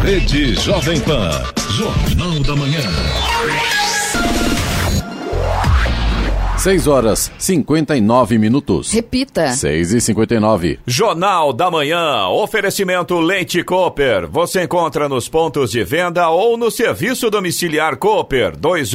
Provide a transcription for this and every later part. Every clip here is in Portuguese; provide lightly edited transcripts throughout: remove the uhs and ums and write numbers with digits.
Rede Jovem Pan, Jornal da Manhã. 6h59. Repita. 6h59. Jornal da Manhã. Oferecimento Leite Cooper. Você encontra nos pontos de venda ou no serviço domiciliar Cooper.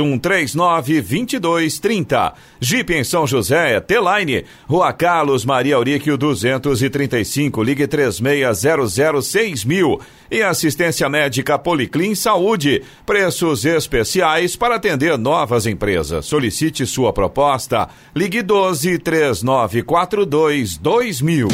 2139-2230. Jeep em São José, T-Line. Rua Carlos Maria Auríquio 235. Ligue 36006000. E assistência médica Policlin Saúde. Preços especiais para atender novas empresas. Solicite sua proposta. Ligue 12-3942-2000.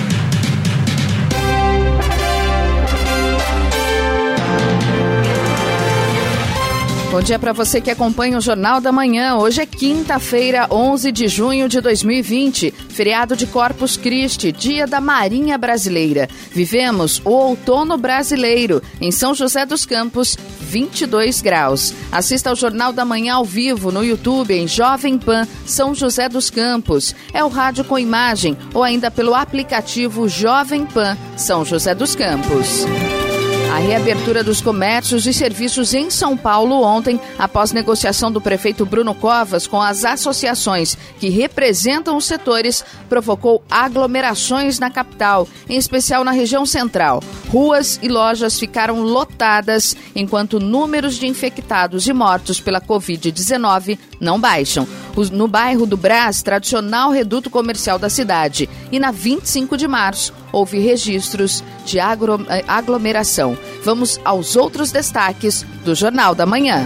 Bom dia para você que acompanha o Jornal da Manhã. Hoje é quinta-feira, 11 de junho de 2020, feriado de Corpus Christi, dia da Marinha Brasileira. Vivemos o outono brasileiro. Em São José dos Campos, 22 graus. Assista ao Jornal da Manhã ao vivo no YouTube em Jovem Pan São José dos Campos. É o rádio com imagem ou ainda pelo aplicativo Jovem Pan São José dos Campos. A reabertura dos comércios e serviços em São Paulo ontem, após negociação do prefeito Bruno Covas com as associações que representam os setores, provocou aglomerações na capital, em especial na região central. Ruas e lojas ficaram lotadas, enquanto números de infectados e mortos pela Covid-19 não baixam. No bairro do Brás, tradicional reduto comercial da cidade, e na 25 de março, houve registros de aglomeração. Vamos aos outros destaques do Jornal da Manhã.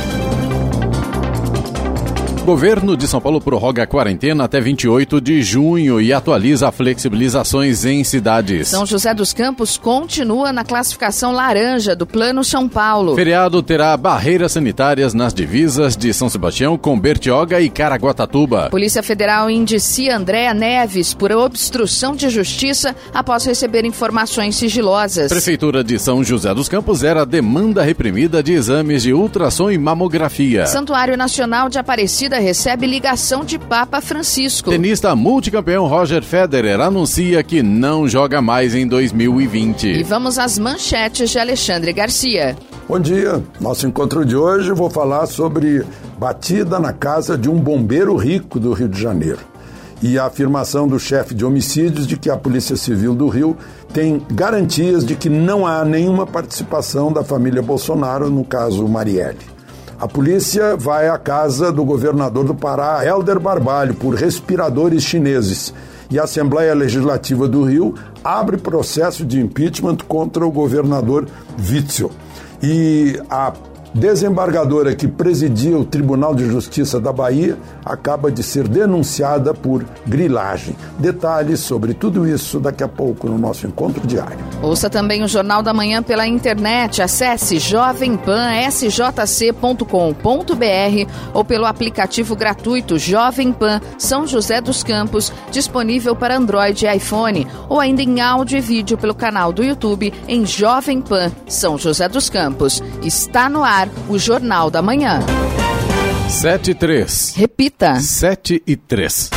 O governo de São Paulo prorroga a quarentena até 28 de junho e atualiza flexibilizações em cidades. São José dos Campos continua na classificação laranja do Plano São Paulo. Feriado terá barreiras sanitárias nas divisas de São Sebastião com Bertioga e Caraguatatuba. Polícia Federal indicia Andréa Neves por obstrução de justiça após receber informações sigilosas. Prefeitura de São José dos Campos zera demanda reprimida de exames de ultrassom e mamografia. Santuário Nacional de Aparecida recebe ligação de Papa Francisco. Tenista multicampeão Roger Federer anuncia que não joga mais em 2020. E vamos às manchetes de Alexandre Garcia. Bom dia. Nosso encontro de hoje vou falar sobre batida na casa de um bombeiro rico do Rio de Janeiro. E a afirmação do chefe de homicídios de que a Polícia Civil do Rio tem garantias de que não há nenhuma participação da família Bolsonaro no caso Marielle. A polícia vai à casa do governador do Pará, Helder Barbalho, por respiradores chineses. E a Assembleia Legislativa do Rio abre processo de impeachment contra o governador Witzel. E a desembargadora que presidia o Tribunal de Justiça da Bahia acaba de ser denunciada por grilagem. Detalhes sobre tudo isso daqui a pouco no nosso encontro diário. Ouça também o Jornal da Manhã pela internet. Acesse jovempansjc.com.br ou pelo aplicativo gratuito Jovem Pan São José dos Campos, disponível para Android e iPhone, ou ainda em áudio e vídeo pelo canal do YouTube em Jovem Pan São José dos Campos. Está no ar o Jornal da Manhã. 7:03. Repita. 7:03.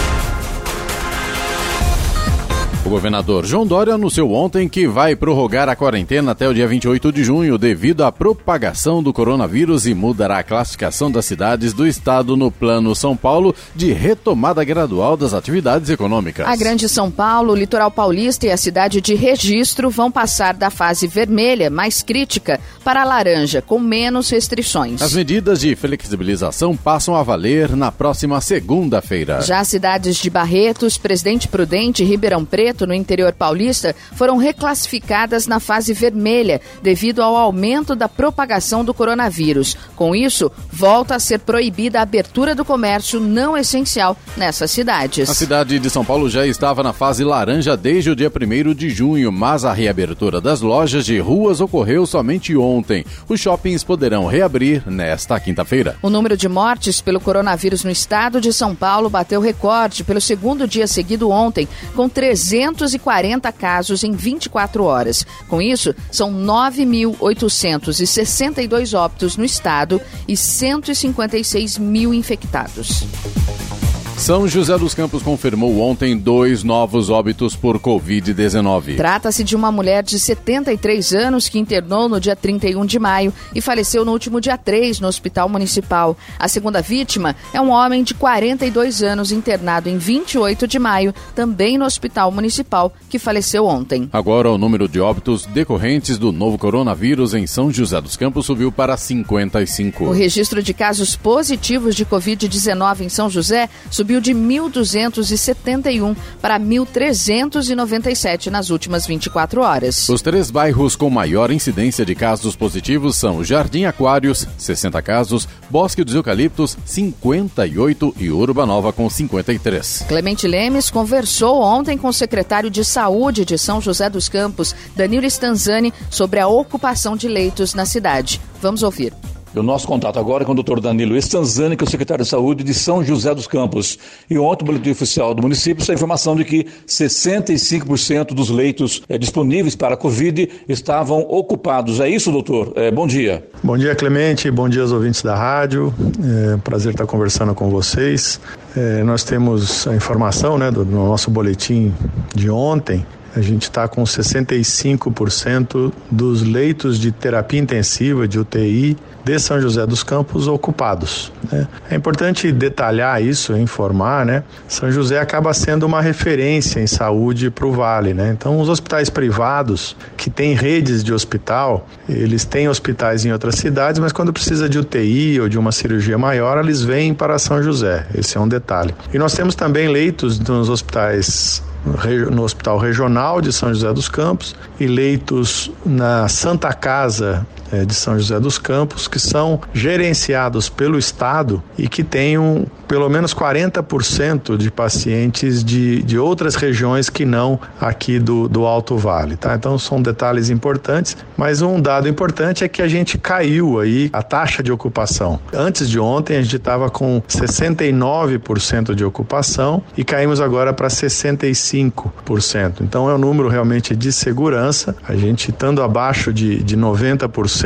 O governador João Dória anunciou ontem que vai prorrogar a quarentena até o dia 28 de junho devido à propagação do coronavírus e mudará a classificação das cidades do estado no Plano São Paulo de retomada gradual das atividades econômicas. A Grande São Paulo, o Litoral Paulista e a cidade de Registro vão passar da fase vermelha, mais crítica, para a laranja, com menos restrições. As medidas de flexibilização passam a valer na próxima segunda-feira. Já as cidades de Barretos, Presidente Prudente e Ribeirão Preto, no interior paulista, foram reclassificadas na fase vermelha devido ao aumento da propagação do coronavírus. Com isso, volta a ser proibida a abertura do comércio não essencial nessas cidades. A cidade de São Paulo já estava na fase laranja desde o dia 1º de junho, mas a reabertura das lojas de ruas ocorreu somente ontem. Os shoppings poderão reabrir nesta quinta-feira. O número de mortes pelo coronavírus no estado de São Paulo bateu recorde pelo segundo dia seguido ontem, com 340 casos em 24 horas. Com isso, são 9.862 óbitos no estado e 156 mil infectados. São José dos Campos confirmou ontem 2 novos óbitos por Covid-19. Trata-se de uma mulher de 73 anos que internou no dia 31 de maio e faleceu no último dia 3 no Hospital Municipal. A segunda vítima é um homem de 42 anos internado em 28 de maio, também no Hospital Municipal, que faleceu ontem. Agora o número de óbitos decorrentes do novo coronavírus em São José dos Campos subiu para 55. O registro de casos positivos de Covid-19 em São José subiu de 1.271 para 1.397 nas últimas 24 horas. Os 3 bairros com maior incidência de casos positivos são Jardim Aquários, 60 casos, Bosque dos Eucaliptos, 58 e Urbanova com 53. Clemente Lemes conversou ontem com o secretário de Saúde de São José dos Campos, Danilo Stanzani, sobre a ocupação de leitos na cidade. Vamos ouvir. O nosso contato agora é com o Dr. Danilo Stanzani, que é o secretário de Saúde de São José dos Campos. E ontem o boletim oficial do município saiu a informação de que 65% dos leitos disponíveis para a Covid estavam ocupados. É isso, doutor? Bom dia. Bom dia, Clemente. Bom dia aos ouvintes da rádio. É um prazer estar conversando com vocês. Nós temos a informação, do nosso boletim de ontem. A gente está com 65% dos leitos de terapia intensiva, de UTI, de São José dos Campos ocupados. É importante detalhar isso, informar, São José acaba sendo uma referência em saúde para o Vale, Então, os hospitais privados que têm redes de hospital, eles têm hospitais em outras cidades, mas quando precisa de UTI ou de uma cirurgia maior, eles vêm para São José. Esse é um detalhe. E nós temos também leitos nos hospitais no Hospital Regional de São José dos Campos e leitos na Santa Casa de São José dos Campos, que são gerenciados pelo Estado e que tenham pelo menos 40% de pacientes de outras regiões que não aqui do Alto Vale, tá? Então são detalhes importantes, mas um dado importante é que a gente caiu aí a taxa de ocupação. Antes de ontem a gente estava com 69% de ocupação e caímos agora para 65%. Então é um número realmente de segurança. A gente estando abaixo de 90%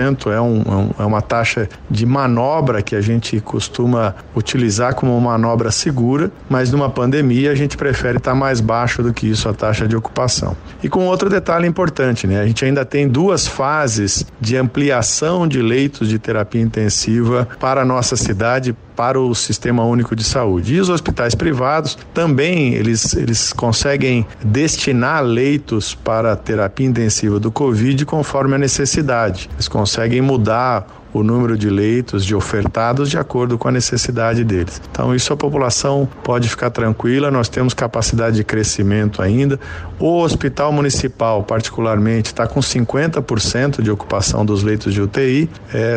é uma taxa de manobra que a gente costuma utilizar como uma manobra segura, mas numa pandemia a gente prefere estar mais baixo do que isso, a taxa de ocupação. E com outro detalhe importante, a gente ainda tem 2 fases de ampliação de leitos de terapia intensiva para a nossa cidade, para o Sistema Único de Saúde. E os hospitais privados também, eles conseguem destinar leitos para a terapia intensiva do Covid conforme a necessidade. Eles conseguem mudar o número de leitos de ofertados de acordo com a necessidade deles. Então isso a população pode ficar tranquila, nós temos capacidade de crescimento ainda. O Hospital Municipal, particularmente, está com 50% de ocupação dos leitos de UTI,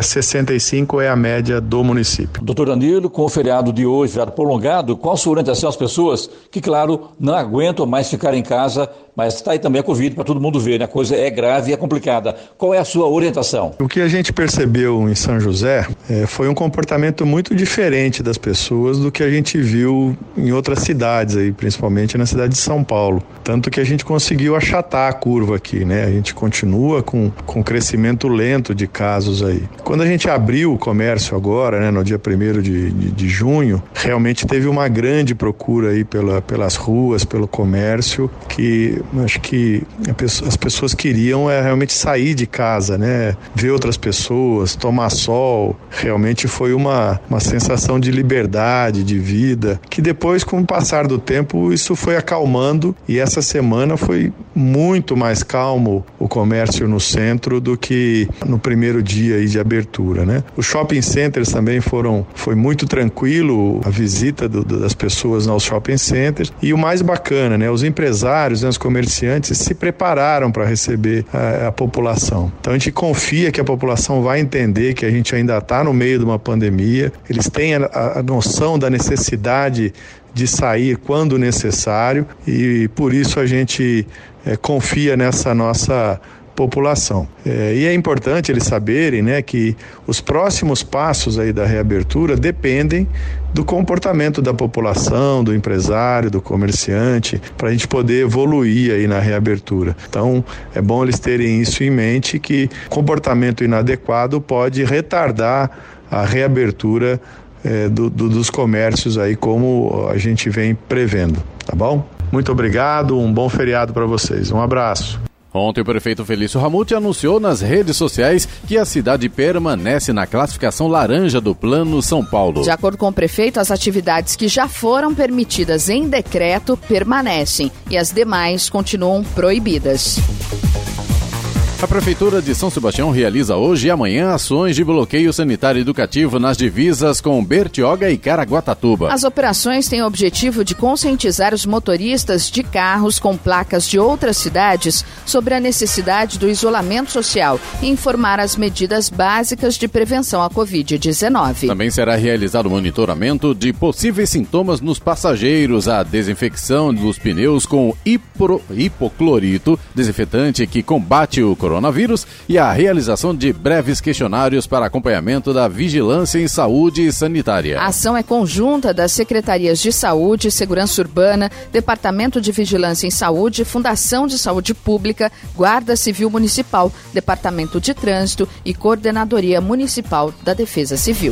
65% é a média do município. Doutor Danilo, com o feriado de hoje, feriado prolongado, qual a sua orientação às pessoas que, claro, não aguentam mais ficar em casa, mas está aí também a Covid para todo mundo ver, A coisa é grave e é complicada. Qual é a sua orientação? O que a gente percebeu em São José foi um comportamento muito diferente das pessoas do que a gente viu em outras cidades, aí, principalmente na cidade de São Paulo. Tanto que a gente conseguiu achatar a curva aqui, A gente continua com crescimento lento de casos aí. Quando a gente abriu o comércio agora, no dia 1º de junho, realmente teve uma grande procura aí pelas ruas, pelo comércio, que acho que as pessoas queriam realmente sair de casa, ver outras pessoas, tomar sol. Realmente foi uma sensação de liberdade, de vida, que depois, com o passar do tempo, isso foi acalmando e essa semana foi muito mais calmo o comércio no centro do que no primeiro dia aí de abertura, Os shopping centers também foi muito tranquilo a visita das pessoas aos shopping centers e o mais bacana, os empresários, os comerciantes se prepararam para receber a população. Então a gente confia que a população vai entender que a gente ainda está no meio de uma pandemia, eles têm a noção da necessidade de sair quando necessário e por isso a gente confia nessa nossa população. E é importante eles saberem, que os próximos passos aí da reabertura dependem do comportamento da população, do empresário, do comerciante, para a gente poder evoluir aí na reabertura. Então, é bom eles terem isso em mente, que comportamento inadequado pode retardar a reabertura dos comércios aí, como a gente vem prevendo, tá bom? Muito obrigado, um bom feriado para vocês. Um abraço. Ontem o prefeito Felício Ramute anunciou nas redes sociais que a cidade permanece na classificação laranja do Plano São Paulo. De acordo com o prefeito, as atividades que já foram permitidas em decreto permanecem e as demais continuam proibidas. A Prefeitura de São Sebastião realiza hoje e amanhã ações de bloqueio sanitário educativo nas divisas com Bertioga e Caraguatatuba. As operações têm o objetivo de conscientizar os motoristas de carros com placas de outras cidades sobre a necessidade do isolamento social e informar as medidas básicas de prevenção à Covid-19. Também será realizado o monitoramento de possíveis sintomas nos passageiros, a desinfecção dos pneus com hipoclorito, desinfetante que combate o coronavírus, e a realização de breves questionários para acompanhamento da vigilância em saúde sanitária. A ação é conjunta das Secretarias de Saúde, Segurança Urbana, Departamento de Vigilância em Saúde, Fundação de Saúde Pública, Guarda Civil Municipal, Departamento de Trânsito e Coordenadoria Municipal da Defesa Civil.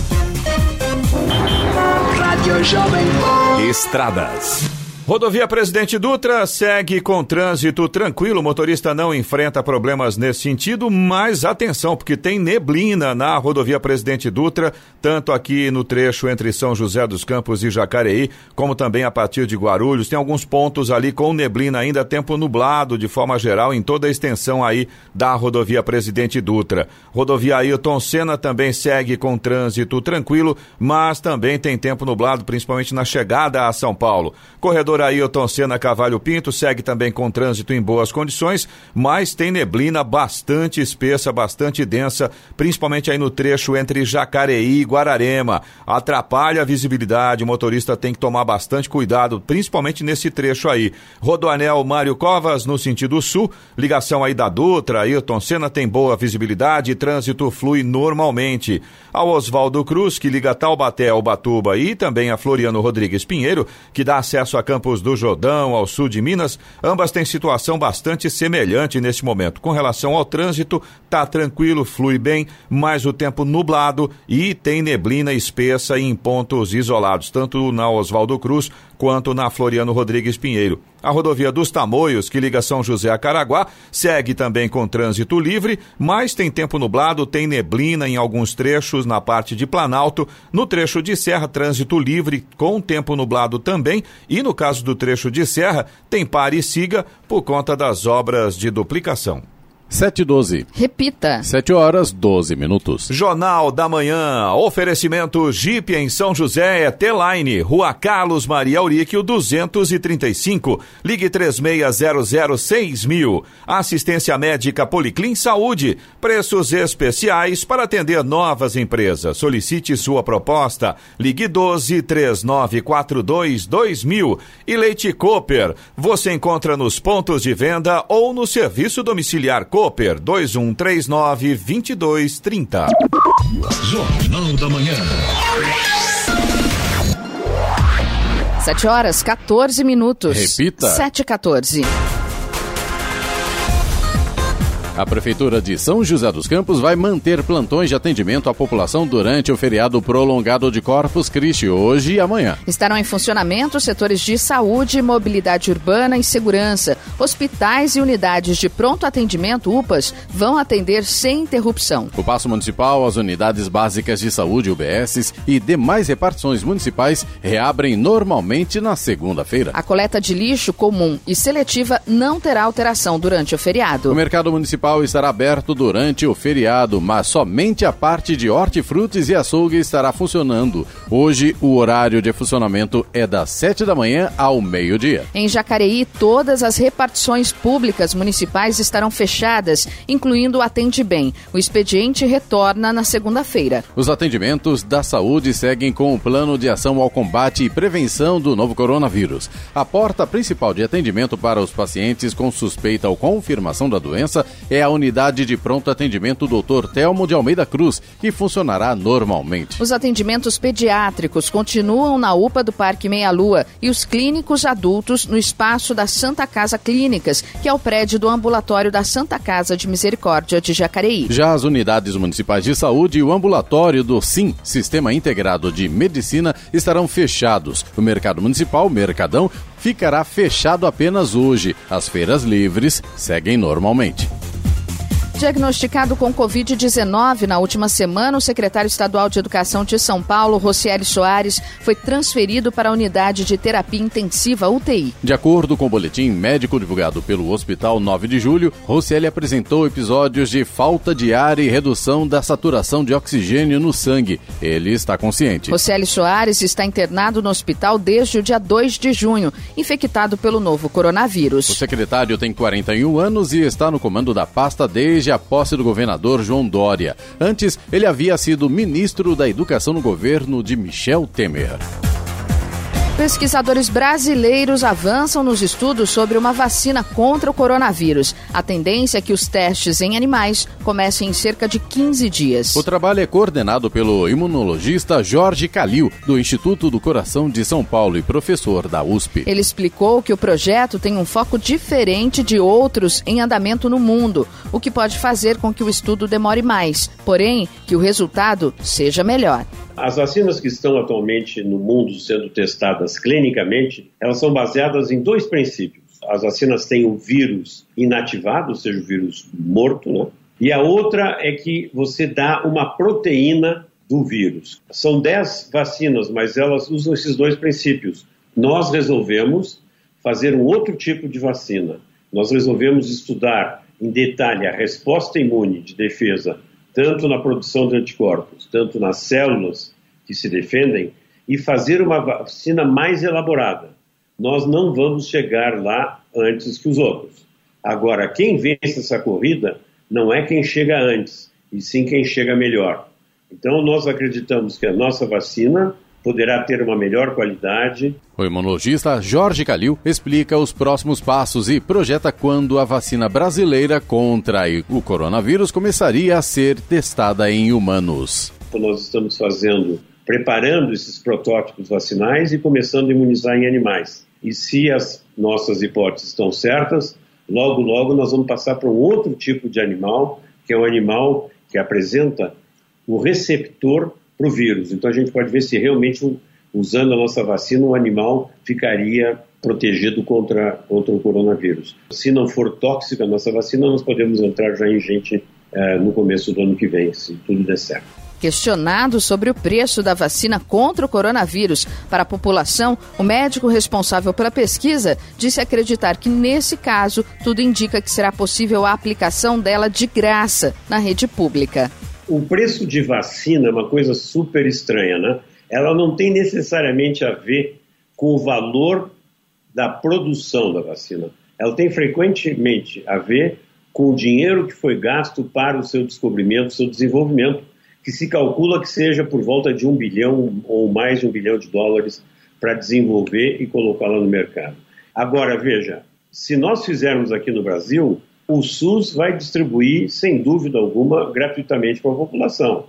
Estradas. Rodovia Presidente Dutra segue com trânsito tranquilo, o motorista não enfrenta problemas nesse sentido, mas atenção, porque tem neblina na rodovia Presidente Dutra, tanto aqui no trecho entre São José dos Campos e Jacareí, como também a partir de Guarulhos. Tem alguns pontos ali com neblina ainda, tempo nublado de forma geral em toda a extensão aí da rodovia Presidente Dutra. Rodovia Ailton Senna também segue com trânsito tranquilo, mas também tem tempo nublado, principalmente na chegada a São Paulo. Corredor Ailton Senna Cavalho Pinto segue também com trânsito em boas condições, mas tem neblina bastante espessa, bastante densa, principalmente aí no trecho entre Jacareí e Guararema. Atrapalha a visibilidade, o motorista tem que tomar bastante cuidado, principalmente nesse trecho aí. Rodoanel Mário Covas, no sentido sul, ligação aí da Dutra, Ailton Senna tem boa visibilidade e trânsito flui normalmente. A Oswaldo Cruz, que liga Taubaté ao Ubatuba, e também a Floriano Rodrigues Pinheiro, que dá acesso a Campos do Jordão, ao sul de Minas, ambas têm situação bastante semelhante neste momento. Com relação ao trânsito, tá tranquilo, flui bem, mas o tempo nublado e tem neblina espessa em pontos isolados, tanto na Oswaldo Cruz quanto na Floriano Rodrigues Pinheiro. A rodovia dos Tamoios, que liga São José a Caraguá, segue também com trânsito livre, mas tem tempo nublado, tem neblina em alguns trechos na parte de Planalto. No trecho de Serra, trânsito livre com tempo nublado também, e no caso do trecho de Serra, tem pare e siga por conta das obras de duplicação. 7h12. Repita. 7h12. Jornal da Manhã. Oferecimento Jeep em São José é T-Line, Rua Carlos Maria Auríquio 235. Ligue 36006000. Assistência médica Policlin Saúde. Preços especiais para atender novas empresas. Solicite sua proposta. Ligue 1239422000. E Leite Cooper. Você encontra nos pontos de venda ou no serviço domiciliar Cooper 2139-2230. Jornal da Manhã. 7h14. Repita. 7h14. A Prefeitura de São José dos Campos vai manter plantões de atendimento à população durante o feriado prolongado de Corpus Christi, hoje e amanhã. Estarão em funcionamento os setores de saúde, mobilidade urbana e segurança. Hospitais e unidades de pronto atendimento, UPAs, vão atender sem interrupção. O Paço Municipal, as unidades básicas de saúde, UBSs, e demais repartições municipais reabrem normalmente na segunda-feira. A coleta de lixo comum e seletiva não terá alteração durante o feriado. O mercado municipal estará aberto durante o feriado, mas somente a parte de hortifrutis e açougue estará funcionando. Hoje, o horário de funcionamento é das 7 da manhã ao meio-dia. Em Jacareí, todas as repartições públicas municipais estarão fechadas, incluindo o Atende Bem. O expediente retorna na segunda-feira. Os atendimentos da saúde seguem com o plano de ação ao combate e prevenção do novo coronavírus. A porta principal de atendimento para os pacientes com suspeita ou confirmação da doença é é a unidade de pronto atendimento Dr. Telmo de Almeida Cruz, que funcionará normalmente. Os atendimentos pediátricos continuam na UPA do Parque Meia Lua e os clínicos adultos no espaço da Santa Casa Clínicas, que é o prédio do ambulatório da Santa Casa de Misericórdia de Jacareí. Já as unidades municipais de saúde e o ambulatório do SIM, Sistema Integrado de Medicina, estarão fechados. O mercado municipal, Mercadão, ficará fechado apenas hoje. As feiras livres seguem normalmente. Diagnosticado com Covid-19 na última semana, o secretário estadual de Educação de São Paulo, Rocieli Soares, foi transferido para a unidade de terapia intensiva UTI. De acordo com o boletim médico divulgado pelo Hospital 9 de Julho, Rocieli apresentou episódios de falta de ar e redução da saturação de oxigênio no sangue. Ele está consciente. Rocieli Soares está internado no hospital desde o dia 2 de junho, infectado pelo novo coronavírus. O secretário tem 41 anos e está no comando da pasta desde a posse do governador João Dória. Antes, ele havia sido ministro da Educação no governo de Michel Temer. Pesquisadores brasileiros avançam nos estudos sobre uma vacina contra o coronavírus. A tendência é que os testes em animais comecem em cerca de 15 dias. O trabalho é coordenado pelo imunologista Jorge Calil, do Instituto do Coração de São Paulo e professor da USP. Ele explicou que o projeto tem um foco diferente de outros em andamento no mundo, o que pode fazer com que o estudo demore mais, porém que o resultado seja melhor. As vacinas que estão atualmente no mundo sendo testadas clinicamente, elas são baseadas em 2 princípios. As vacinas têm o vírus inativado, ou seja, o vírus morto, né? E a outra é que você dá uma proteína do vírus. São 10 vacinas, mas elas usam esses 2 princípios. Nós resolvemos fazer um outro tipo de vacina. Nós resolvemos estudar em detalhe a resposta imune de defesa, tanto na produção de anticorpos, tanto nas células que se defendem, e fazer uma vacina mais elaborada. Nós não vamos chegar lá antes que os outros. Agora, quem vence essa corrida não é quem chega antes, e sim quem chega melhor. Então, nós acreditamos que a nossa vacina poderá ter uma melhor qualidade. O imunologista Jorge Calil explica os próximos passos e projeta quando a vacina brasileira contra o coronavírus começaria a ser testada em humanos. Nós estamos preparando esses protótipos vacinais e começando a imunizar em animais. E se as nossas hipóteses estão certas, logo, logo nós vamos passar para um outro tipo de animal, que é um animal que apresenta o receptor para o vírus. Então a gente pode ver se realmente, usando a nossa vacina, o animal ficaria protegido contra o coronavírus. Se não for tóxica a nossa vacina, nós podemos entrar já em gente no começo do ano que vem, se tudo der certo. Questionado sobre o preço da vacina contra o coronavírus para a população, o médico responsável pela pesquisa disse acreditar que, nesse caso, tudo indica que será possível a aplicação dela de graça na rede pública. O preço de vacina é uma coisa super estranha, né? Ela não tem necessariamente a ver com o valor da produção da vacina. Ela tem frequentemente a ver com o dinheiro que foi gasto para o seu descobrimento, o seu desenvolvimento, que se calcula que seja por volta de 1 bilhão ou mais de 1 bilhão de dólares para desenvolver e colocá-la no mercado. Agora, veja, se nós fizermos aqui no Brasil, o SUS vai distribuir, sem dúvida alguma, gratuitamente para a população.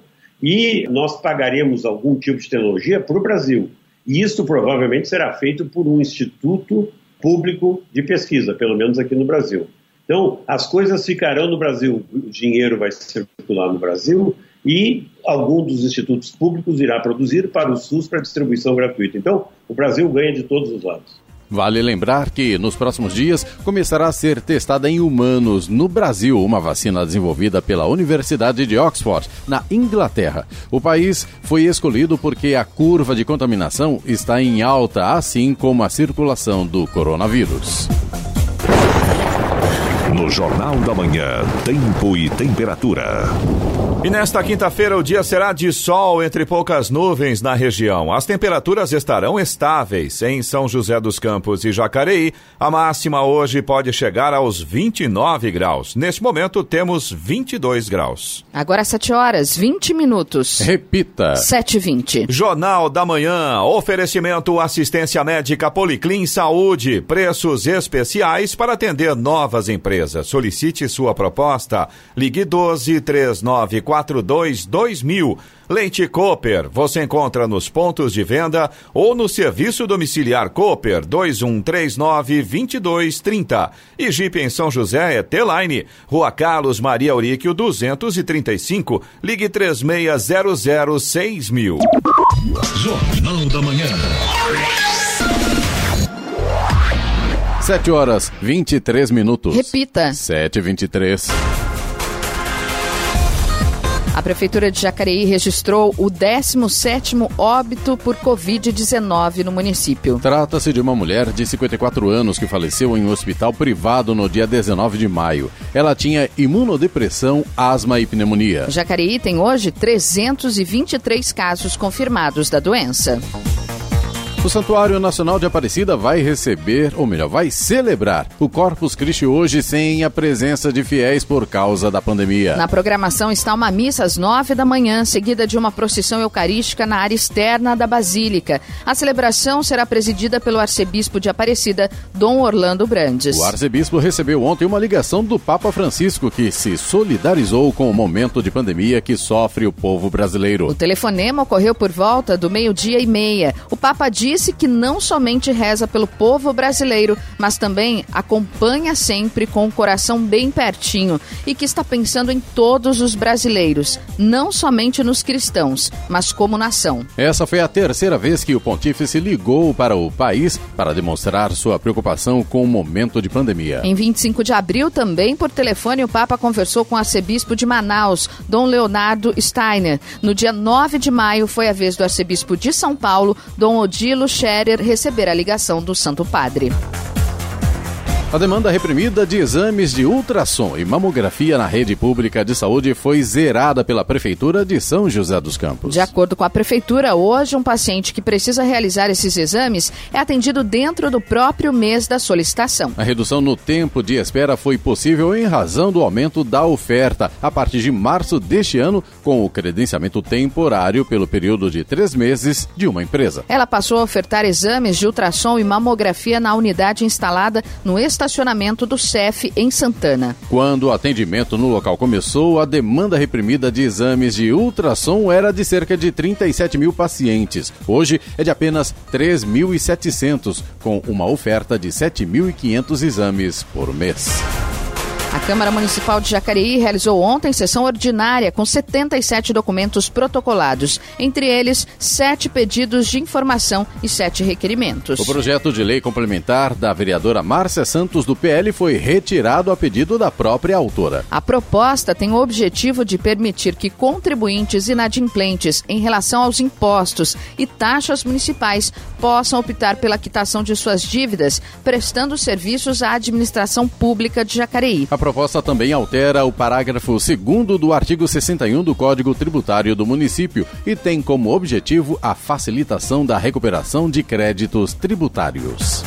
E nós pagaremos algum tipo de tecnologia para o Brasil. E isso provavelmente será feito por um instituto público de pesquisa, pelo menos aqui no Brasil. Então, as coisas ficarão no Brasil, o dinheiro vai circular no Brasil e algum dos institutos públicos irá produzir para o SUS para distribuição gratuita. Então, o Brasil ganha de todos os lados. Vale lembrar que, nos próximos dias, começará a ser testada em humanos no Brasil uma vacina desenvolvida pela Universidade de Oxford, na Inglaterra. O país foi escolhido porque a curva de contaminação está em alta, assim como a circulação do coronavírus. No Jornal da Manhã, Tempo e Temperatura. E nesta quinta-feira o dia será de sol entre poucas nuvens na região. As temperaturas estarão estáveis em São José dos Campos e Jacareí. A máxima hoje pode chegar aos 29 graus. Neste momento temos 22 graus. Agora 7 horas, 20 minutos. Repita. 7h20. Jornal da Manhã. Oferecimento assistência médica Policlin Saúde. Preços especiais para atender novas empresas. Solicite sua proposta. Ligue 12-3942-2000. Leite Cooper, você encontra nos pontos de venda ou no serviço domiciliar Cooper 2139-2230. E Jeep em São José é T-Line, Rua Carlos Maria Auríquio 235, ligue 36006000. Jornal da Manhã. 7 horas, 23 minutos. Repita. 7h23. A Prefeitura de Jacareí registrou o 17º óbito por Covid-19 no município. Trata-se de uma mulher de 54 anos que faleceu em um hospital privado no dia 19 de maio. Ela tinha imunodepressão, asma e pneumonia. Jacareí tem hoje 323 casos confirmados da doença. O Santuário Nacional de Aparecida vai vai celebrar o Corpus Christi hoje sem a presença de fiéis por causa da pandemia. Na programação está uma missa às 9 da manhã, seguida de uma procissão eucarística na área externa da Basílica. A celebração será presidida pelo arcebispo de Aparecida, Dom Orlando Brandes. O arcebispo recebeu ontem uma ligação do Papa Francisco, que se solidarizou com o momento de pandemia que sofre o povo brasileiro. O telefonema ocorreu por volta do 12:30. O Papa disse que não somente reza pelo povo brasileiro, mas também acompanha sempre com o coração bem pertinho e que está pensando em todos os brasileiros, não somente nos cristãos, mas como nação. Essa foi a terceira vez que o pontífice ligou para o país para demonstrar sua preocupação com o momento de pandemia. Em 25 de abril, também por telefone, o Papa conversou com o arcebispo de Manaus, Dom Leonardo Steiner. No dia 9 de maio, foi a vez do arcebispo de São Paulo, Dom Odilo Scherer, receber a ligação do Santo Padre. A demanda reprimida de exames de ultrassom e mamografia na rede pública de saúde foi zerada pela Prefeitura de São José dos Campos. De acordo com a Prefeitura, hoje um paciente que precisa realizar esses exames é atendido dentro do próprio mês da solicitação. A redução no tempo de espera foi possível em razão do aumento da oferta a partir de março deste ano, com o credenciamento temporário pelo período de 3 meses de uma empresa. Ela passou a ofertar exames de ultrassom e mamografia na unidade instalada no estacionamento do CEF em Santana. Quando o atendimento no local começou, a demanda reprimida de exames de ultrassom era de cerca de 37 mil pacientes. Hoje é de apenas 3.700, com uma oferta de 7.500 exames por mês. A Câmara Municipal de Jacareí realizou ontem sessão ordinária com 77 documentos protocolados, entre eles 7 pedidos de informação e 7 requerimentos. O projeto de lei complementar da vereadora Márcia Santos do PL foi retirado a pedido da própria autora. A proposta tem o objetivo de permitir que contribuintes inadimplentes em relação aos impostos e taxas municipais possam optar pela quitação de suas dívidas, prestando serviços à administração pública de Jacareí. A proposta também altera o parágrafo 2º do artigo 61 do Código Tributário do município e tem como objetivo a facilitação da recuperação de créditos tributários.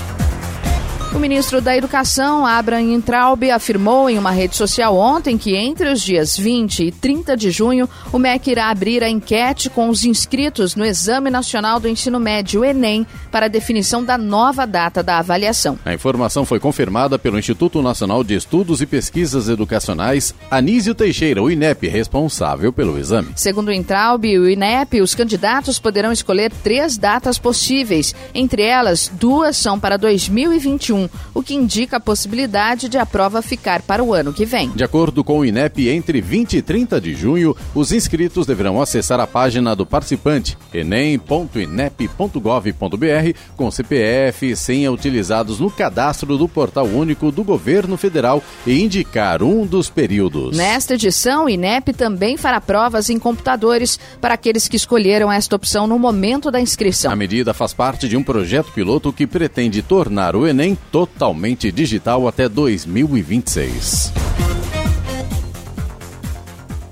O ministro da Educação, Abraham Traub, afirmou em uma rede social ontem que entre os dias 20 e 30 de junho, o MEC irá abrir a enquete com os inscritos no Exame Nacional do Ensino Médio, Enem, para a definição da nova data da avaliação. A informação foi confirmada pelo Instituto Nacional de Estudos e Pesquisas Educacionais, Anísio Teixeira, o INEP, responsável pelo exame. Segundo o Traub e o INEP, os candidatos poderão escolher 3 datas possíveis. Entre elas, 2 são para 2021. O que indica a possibilidade de a prova ficar para o ano que vem. De acordo com o INEP, entre 20 e 30 de junho, os inscritos deverão acessar a página do participante, enem.inep.gov.br, com CPF e senha utilizados no cadastro do Portal Único do Governo Federal e indicar um dos períodos. Nesta edição, o INEP também fará provas em computadores para aqueles que escolheram esta opção no momento da inscrição. A medida faz parte de um projeto piloto que pretende tornar o Enem totalmente digital até 2026.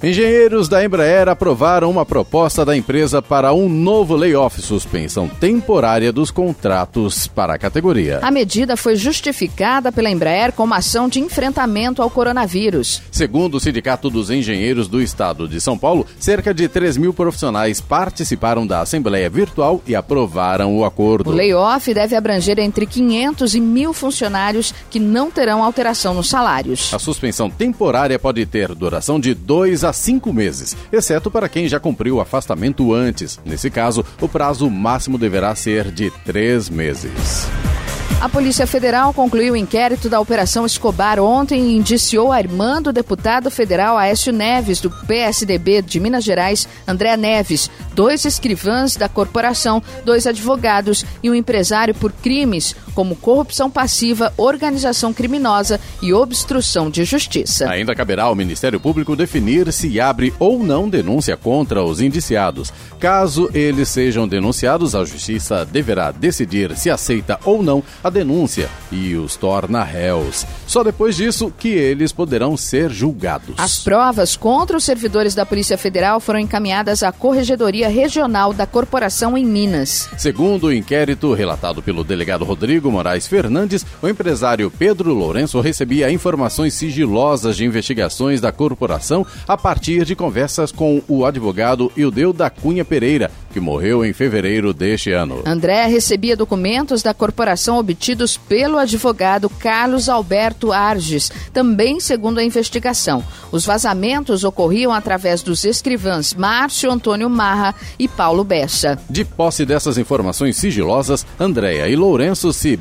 Engenheiros da Embraer aprovaram uma proposta da empresa para um novo layoff, suspensão temporária dos contratos para a categoria. A medida foi justificada pela Embraer como ação de enfrentamento ao coronavírus. Segundo o Sindicato dos Engenheiros do Estado de São Paulo, cerca de 3 mil profissionais participaram da Assembleia Virtual e aprovaram o acordo. O layoff deve abranger entre 500 e 1.000 funcionários que não terão alteração nos salários. A suspensão temporária pode ter duração de 2 a 5 meses, exceto para quem já cumpriu o afastamento antes. Nesse caso, o prazo máximo deverá ser de 3 meses. A Polícia Federal concluiu o inquérito da Operação Escobar ontem e indiciou a irmã do deputado federal Aécio Neves, do PSDB de Minas Gerais, André Neves, 2 escrivãs da corporação, 2 advogados e um empresário por crimes como corrupção passiva, organização criminosa e obstrução de justiça. Ainda caberá ao Ministério Público definir se abre ou não denúncia contra os indiciados. Caso eles sejam denunciados, a Justiça deverá decidir se aceita ou não a denúncia e os torna réus. Só depois disso que eles poderão ser julgados. As provas contra os servidores da Polícia Federal foram encaminhadas à Corregedoria Regional da Corporação em Minas. Segundo o inquérito relatado pelo delegado Rodrigo Moraes Fernandes, o empresário Pedro Lourenço recebia informações sigilosas de investigações da corporação a partir de conversas com o advogado Ildeu da Cunha Pereira, que morreu em fevereiro deste ano. André recebia documentos da corporação obtidos pelo advogado Carlos Alberto Arges, também segundo a investigação. Os vazamentos ocorriam através dos escrivãs Márcio Antônio Marra e Paulo Bessa. De posse dessas informações sigilosas, Andréa e Lourenço se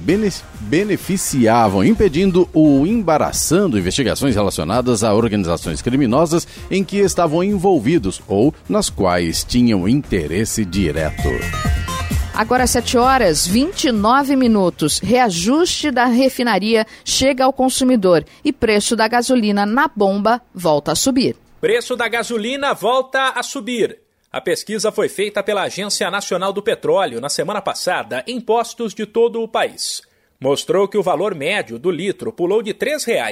beneficiavam, impedindo ou embaraçando investigações relacionadas a organizações criminosas em que estavam envolvidos ou nas quais tinham interesse direto. Agora 7h29. Reajuste da refinaria chega ao consumidor e preço da gasolina na bomba volta a subir. Preço da gasolina volta a subir. A pesquisa foi feita pela Agência Nacional do Petróleo na semana passada em postos de todo o país. Mostrou que o valor médio do litro pulou de R$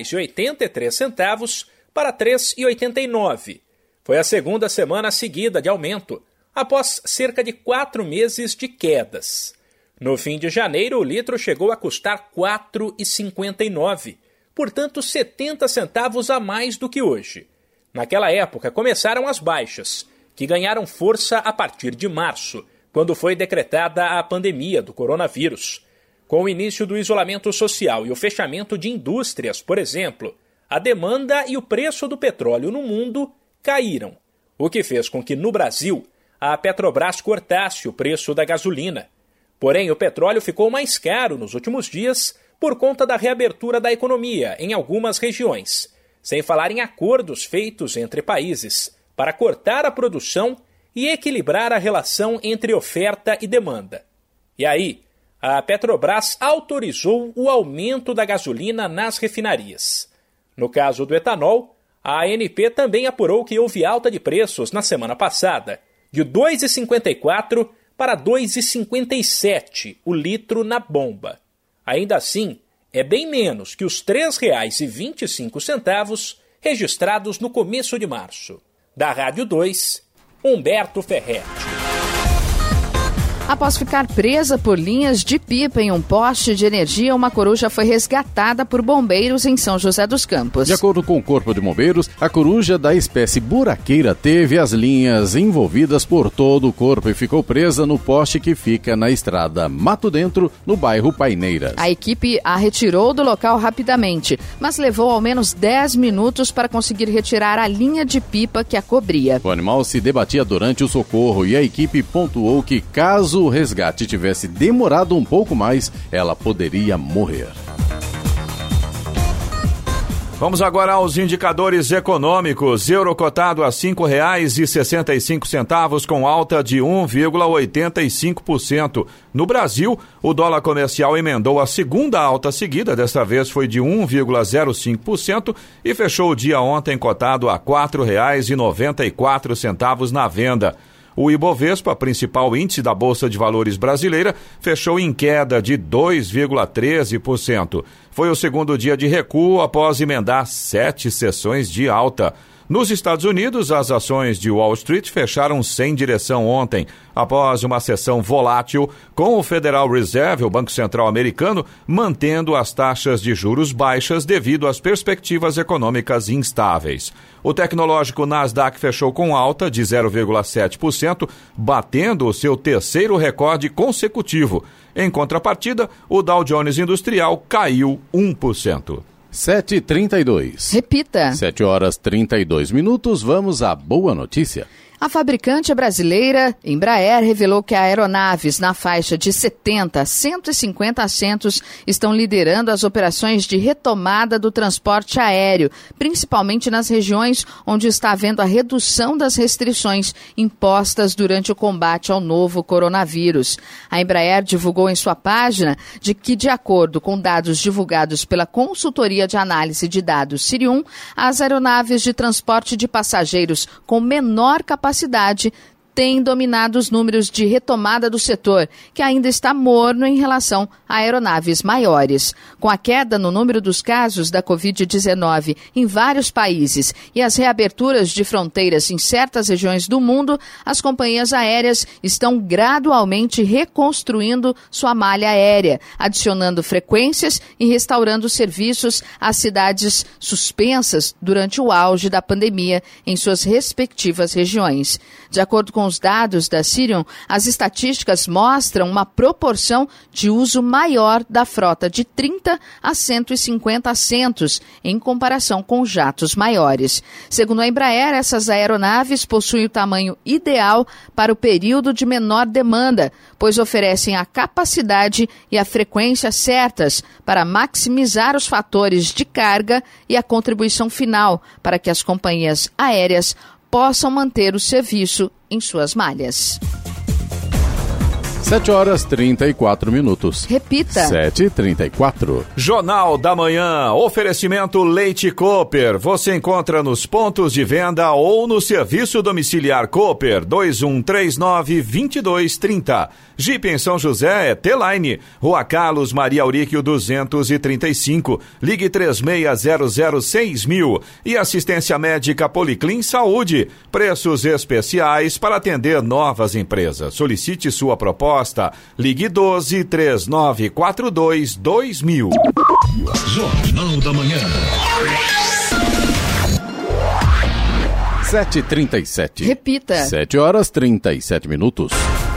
3,83 para R$ 3,89. Foi a segunda semana seguida de aumento, após cerca de 4 meses de quedas. No fim de janeiro, o litro chegou a custar R$ 4,59, portanto 70 centavos a mais do que hoje. Naquela época começaram as baixas, que ganharam força a partir de março, quando foi decretada a pandemia do coronavírus. Com o início do isolamento social e o fechamento de indústrias, por exemplo, a demanda e o preço do petróleo no mundo caíram, o que fez com que, no Brasil, a Petrobras cortasse o preço da gasolina. Porém, o petróleo ficou mais caro nos últimos dias por conta da reabertura da economia em algumas regiões, sem falar em acordos feitos entre países para cortar a produção e equilibrar a relação entre oferta e demanda. E aí, a Petrobras autorizou o aumento da gasolina nas refinarias. No caso do etanol, a ANP também apurou que houve alta de preços na semana passada, de R$ 2,54 para R$ 2,57 o litro na bomba. Ainda assim, é bem menos que os R$ 3,25 registrados no começo de março. Da Rádio 2, Humberto Ferretti. Após ficar presa por linhas de pipa em um poste de energia, uma coruja foi resgatada por bombeiros em São José dos Campos. De acordo com o Corpo de Bombeiros, a coruja da espécie buraqueira teve as linhas envolvidas por todo o corpo e ficou presa no poste que fica na estrada Mato Dentro, no bairro Paineiras. A equipe a retirou do local rapidamente, mas levou ao menos 10 minutos para conseguir retirar a linha de pipa que a cobria. O animal se debatia durante o socorro e a equipe pontuou que, caso o resgate tivesse demorado um pouco mais, ela poderia morrer. Vamos agora aos indicadores econômicos. Euro cotado a R$ 5,65, com alta de 1,85%. No Brasil, o dólar comercial emendou a segunda alta seguida, desta vez foi de 1,05% e fechou o dia ontem cotado a R$ 4,94 na venda. O Ibovespa, principal índice da Bolsa de Valores brasileira, fechou em queda de 2,13%. Foi o segundo dia de recuo após emendar 7 sessões de alta. Nos Estados Unidos, as ações de Wall Street fecharam sem direção ontem, após uma sessão volátil, com o Federal Reserve, o Banco Central americano, mantendo as taxas de juros baixas devido às perspectivas econômicas instáveis. O tecnológico Nasdaq fechou com alta de 0,7%, batendo o seu terceiro recorde consecutivo. Em contrapartida, o Dow Jones Industrial caiu 1%. 7h32. Repita. 7h32. Vamos à boa notícia. A fabricante brasileira Embraer revelou que aeronaves na faixa de 70 a 150 assentos estão liderando as operações de retomada do transporte aéreo, principalmente nas regiões onde está havendo a redução das restrições impostas durante o combate ao novo coronavírus. A Embraer divulgou em sua página de acordo com dados divulgados pela consultoria de análise de dados Cirium, as aeronaves de transporte de passageiros com menor capacidade tem dominado os números de retomada do setor, que ainda está morno em relação a aeronaves maiores. Com a queda no número dos casos da Covid-19 em vários países e as reaberturas de fronteiras em certas regiões do mundo, as companhias aéreas estão gradualmente reconstruindo sua malha aérea, adicionando frequências e restaurando serviços às cidades suspensas durante o auge da pandemia em suas respectivas regiões. De acordo com os dados da Cirium, as estatísticas mostram uma proporção de uso maior da frota de 30 a 150 assentos, em comparação com jatos maiores. Segundo a Embraer, essas aeronaves possuem o tamanho ideal para o período de menor demanda, pois oferecem a capacidade e a frequência certas para maximizar os fatores de carga e a contribuição final para que as companhias aéreas possam manter o serviço em suas malhas. 7h34. Repita. 7h34. Jornal da Manhã. Oferecimento Leite Cooper. Você encontra nos pontos de venda ou no serviço domiciliar Cooper 2139-2230. Jeep em São José é T-Line. Rua Carlos Maria Auríquio 235. Ligue 36006000. E assistência médica Policlin Saúde. Preços especiais para atender novas empresas. Solicite sua proposta. Ligue 12-3942-2000. Jornal da Manhã. 7h37. Repita. 7h37.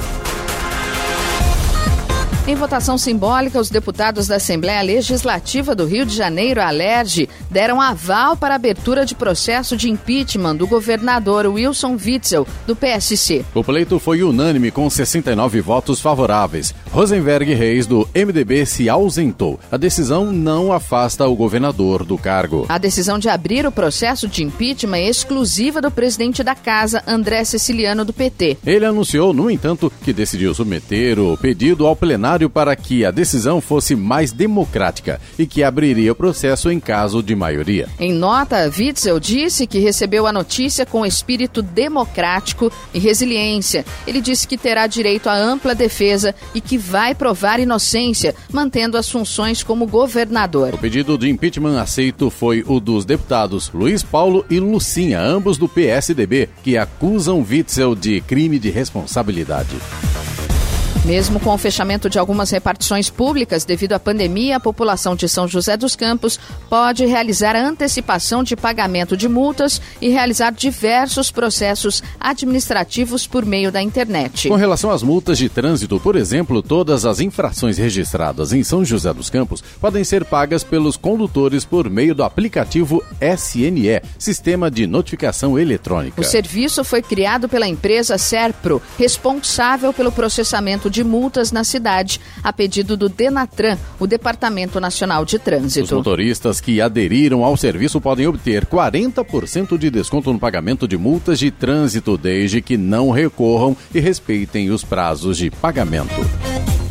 Em votação simbólica, os deputados da Assembleia Legislativa do Rio de Janeiro, a ALERJ, deram aval para a abertura de processo de impeachment do governador Wilson Witzel, do PSC. O pleito foi unânime com 69 votos favoráveis. Rosenberg Reis, do MDB, se ausentou. A decisão não afasta o governador do cargo. A decisão de abrir o processo de impeachment é exclusiva do presidente da Casa, André Siciliano, do PT. Ele anunciou, no entanto, que decidiu submeter o pedido ao plenário para que a decisão fosse mais democrática e que abriria o processo em caso de maioria. Em nota, Witzel disse que recebeu a notícia com espírito democrático e resiliência. Ele disse que terá direito à ampla defesa e que vai provar inocência, mantendo as funções como governador. O pedido de impeachment aceito foi o dos deputados Luiz Paulo e Lucinha, ambos do PSDB, que acusam Witzel de crime de responsabilidade. Mesmo com o fechamento de algumas repartições públicas devido à pandemia, a população de São José dos Campos pode realizar a antecipação de pagamento de multas e realizar diversos processos administrativos por meio da internet. Com relação às multas de trânsito, por exemplo, todas as infrações registradas em São José dos Campos podem ser pagas pelos condutores por meio do aplicativo SNE, Sistema de Notificação Eletrônica. O serviço foi criado pela empresa Serpro, responsável pelo processamento de multas na cidade, a pedido do Denatran, o Departamento Nacional de Trânsito. Os motoristas que aderiram ao serviço podem obter 40% de desconto no pagamento de multas de trânsito, desde que não recorram e respeitem os prazos de pagamento.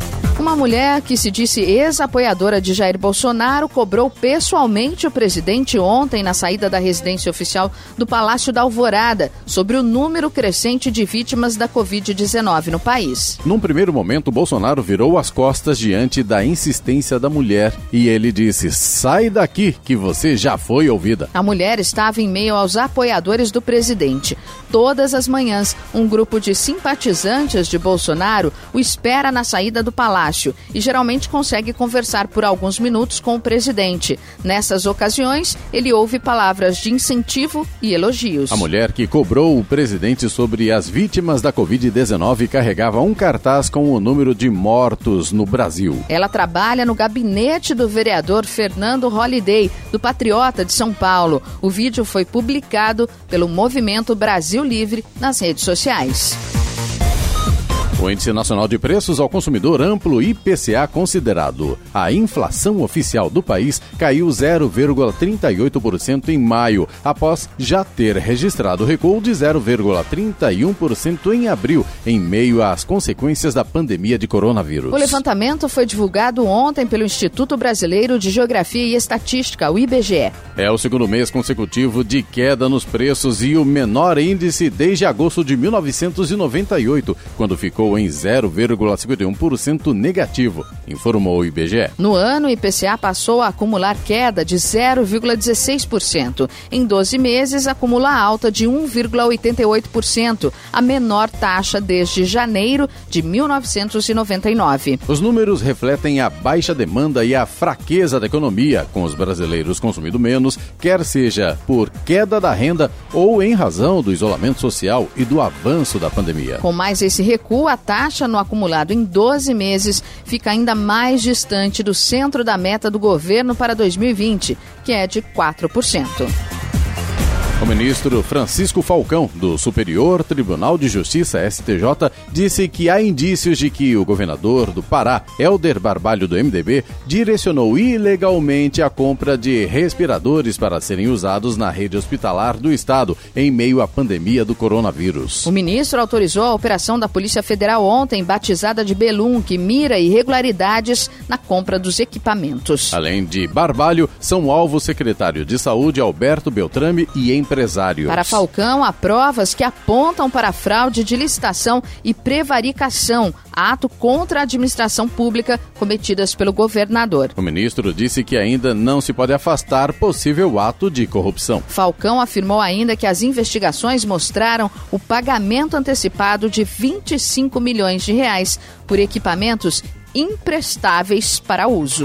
Uma mulher que se disse ex-apoiadora de Jair Bolsonaro cobrou pessoalmente o presidente ontem na saída da residência oficial do Palácio da Alvorada sobre o número crescente de vítimas da Covid-19 no país. Num primeiro momento, Bolsonaro virou as costas diante da insistência da mulher e ele disse: "Sai daqui que você já foi ouvida." A mulher estava em meio aos apoiadores do presidente. Todas as manhãs, um grupo de simpatizantes de Bolsonaro o espera na saída do palácio e geralmente consegue conversar por alguns minutos com o presidente. Nessas ocasiões, ele ouve palavras de incentivo e elogios. A mulher que cobrou o presidente sobre as vítimas da Covid-19 carregava um cartaz com o número de mortos no Brasil. Ela trabalha no gabinete do vereador Fernando Holliday, do Patriota de São Paulo. O vídeo foi publicado pelo Movimento Brasil Livre nas redes sociais. O Índice Nacional de Preços ao Consumidor Amplo IPCA considerado a inflação oficial do país caiu 0,38% em maio, após já ter registrado recuo de 0,31% em abril, em meio às consequências da pandemia de coronavírus. O levantamento foi divulgado ontem pelo Instituto Brasileiro de Geografia e Estatística, o IBGE. É o segundo mês consecutivo de queda nos preços e o menor índice desde agosto de 1998, quando ficou em 0,51% negativo, informou o IBGE. No ano, o IPCA passou a acumular queda de 0,16%. Em 12 meses, acumula alta de 1,88%, a menor taxa desde janeiro de 1999. Os números refletem a baixa demanda e a fraqueza da economia, com os brasileiros consumindo menos, quer seja por queda da renda ou em razão do isolamento social e do avanço da pandemia. Com mais esse recuo, a taxa no acumulado em 12 meses fica ainda mais distante do centro da meta do governo para 2020, que é de 4%. O ministro Francisco Falcão, do Superior Tribunal de Justiça, STJ, disse que há indícios de que o governador do Pará, Helder Barbalho, do MDB, direcionou ilegalmente a compra de respiradores para serem usados na rede hospitalar do estado, em meio à pandemia do coronavírus. O ministro autorizou a operação da Polícia Federal ontem, batizada de Belum, que mira irregularidades na compra dos equipamentos. Além de Barbalho, são alvo o secretário de Saúde, Alberto Beltrame, e empresários. Para Falcão, há provas que apontam para a fraude de licitação e prevaricação, ato contra a administração pública cometidas pelo governador. O ministro disse que ainda não se pode afastar possível ato de corrupção. Falcão afirmou ainda que as investigações mostraram o pagamento antecipado de 25 milhões de reais por equipamentos imprestáveis para uso.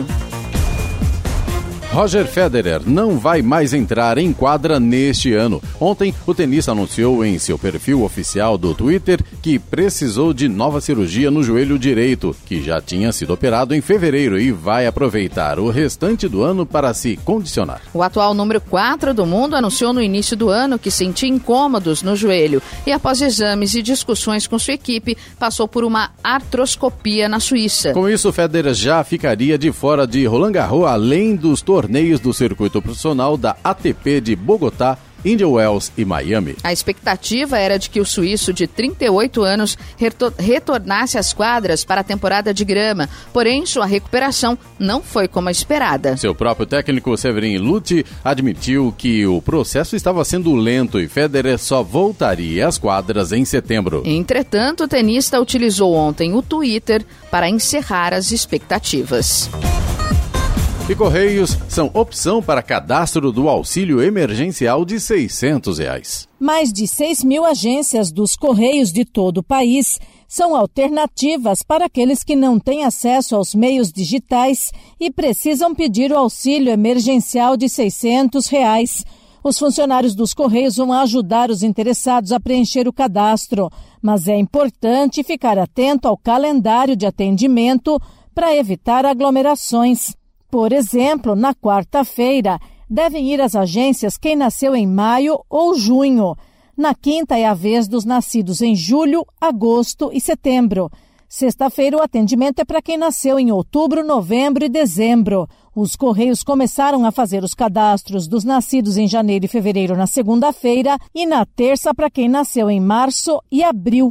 Roger Federer não vai mais entrar em quadra neste ano. Ontem, o tenista anunciou em seu perfil oficial do Twitter que precisou de nova cirurgia no joelho direito, que já tinha sido operado em fevereiro e vai aproveitar o restante do ano para se condicionar. O atual número 4 do mundo anunciou no início do ano que sentia incômodos no joelho e, após exames e discussões com sua equipe, passou por uma artroscopia na Suíça. Com isso, Federer já ficaria de fora de Roland Garros, além dos torneios do circuito profissional da ATP de Bogotá, Indian Wells e Miami. A expectativa era de que o suíço de 38 anos retornasse às quadras para a temporada de grama, porém sua recuperação não foi como a esperada. Seu próprio técnico, Severin Luthi, admitiu que o processo estava sendo lento e Federer só voltaria às quadras em setembro. Entretanto, o tenista utilizou ontem o Twitter para encerrar as expectativas. E Correios são opção para cadastro do auxílio emergencial de R$600. Mais de 6 mil agências dos Correios de todo o país são alternativas para aqueles que não têm acesso aos meios digitais e precisam pedir o auxílio emergencial de R$600. Os funcionários dos Correios vão ajudar os interessados a preencher o cadastro, mas é importante ficar atento ao calendário de atendimento para evitar aglomerações. Por exemplo, na quarta-feira, devem ir às agências quem nasceu em maio ou junho. Na quinta é a vez dos nascidos em julho, agosto e setembro. Sexta-feira, o atendimento é para quem nasceu em outubro, novembro e dezembro. Os Correios começaram a fazer os cadastros dos nascidos em janeiro e fevereiro na segunda-feira e na terça para quem nasceu em março e abril.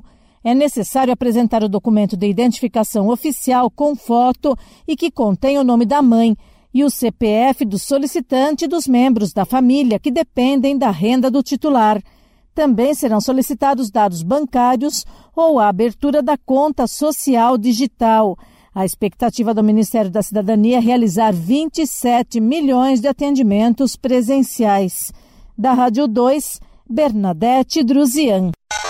é necessário apresentar o documento de identificação oficial com foto e que contém o nome da mãe e o CPF do solicitante e dos membros da família que dependem da renda do titular. Também serão solicitados dados bancários ou a abertura da conta social digital. A expectativa do Ministério da Cidadania é realizar 27 milhões de atendimentos presenciais. Da Rádio 2, Bernadette Druzian.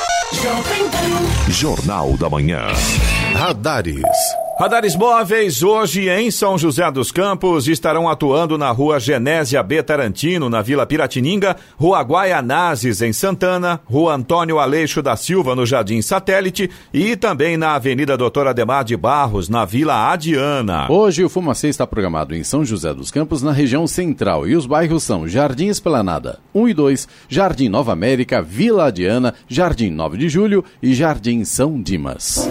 Jornal da Manhã. Radares. Radares móveis hoje em São José dos Campos estarão atuando na Rua Genésia B. Tarantino, na Vila Piratininga, Rua Guaianazes, em Santana, Rua Antônio Aleixo da Silva, no Jardim Satélite e também na Avenida Doutor Ademar de Barros, na Vila Adiana. Hoje o Fumacê está programado em São José dos Campos, na região central, e os bairros são Jardim Esplanada 1 e 2, Jardim Nova América, Vila Adiana, Jardim 9 de Julho e Jardim São Dimas.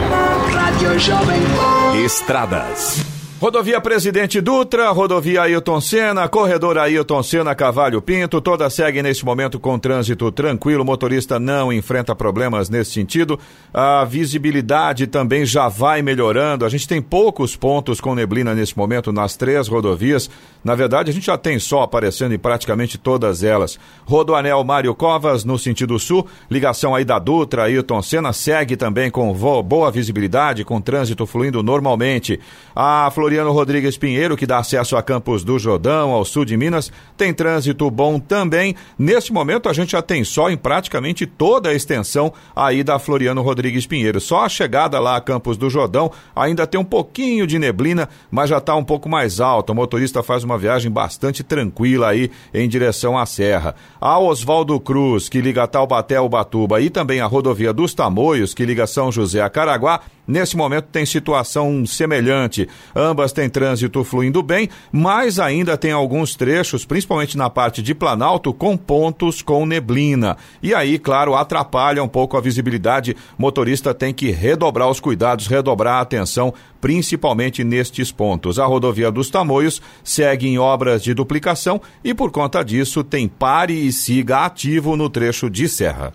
Estradas. Rodovia Presidente Dutra, rodovia Ailton Senna, corredor Ailton Senna Cavalho Pinto, todas seguem neste momento com trânsito tranquilo, o motorista não enfrenta problemas nesse sentido, a visibilidade também já vai melhorando, a gente tem poucos pontos com neblina nesse momento nas 3 rodovias, na verdade a gente já tem sol aparecendo em praticamente todas elas. Rodoanel Mário Covas no sentido sul, ligação aí da Dutra, Ailton Senna, segue também com boa visibilidade, com trânsito fluindo normalmente. A Floriano Rodrigues Pinheiro, que dá acesso a Campos do Jordão, ao sul de Minas, tem trânsito bom também. Neste momento a gente já tem sol em praticamente toda a extensão aí da Floriano Rodrigues Pinheiro. Só a chegada lá a Campos do Jordão ainda tem um pouquinho de neblina, mas já está um pouco mais alta. O motorista faz uma viagem bastante tranquila aí em direção à serra. A Oswaldo Cruz, que liga Taubaté ao Ubatuba, e também a rodovia dos Tamoios, que liga São José a Caraguá, nesse momento tem situação semelhante. Ambas têm trânsito fluindo bem, mas ainda tem alguns trechos, principalmente na parte de Planalto, com pontos com neblina. E aí, claro, atrapalha um pouco a visibilidade. O motorista tem que redobrar os cuidados, redobrar a atenção, principalmente nestes pontos. A rodovia dos Tamoios segue em obras de duplicação e, por conta disso, tem pare e siga ativo no trecho de serra.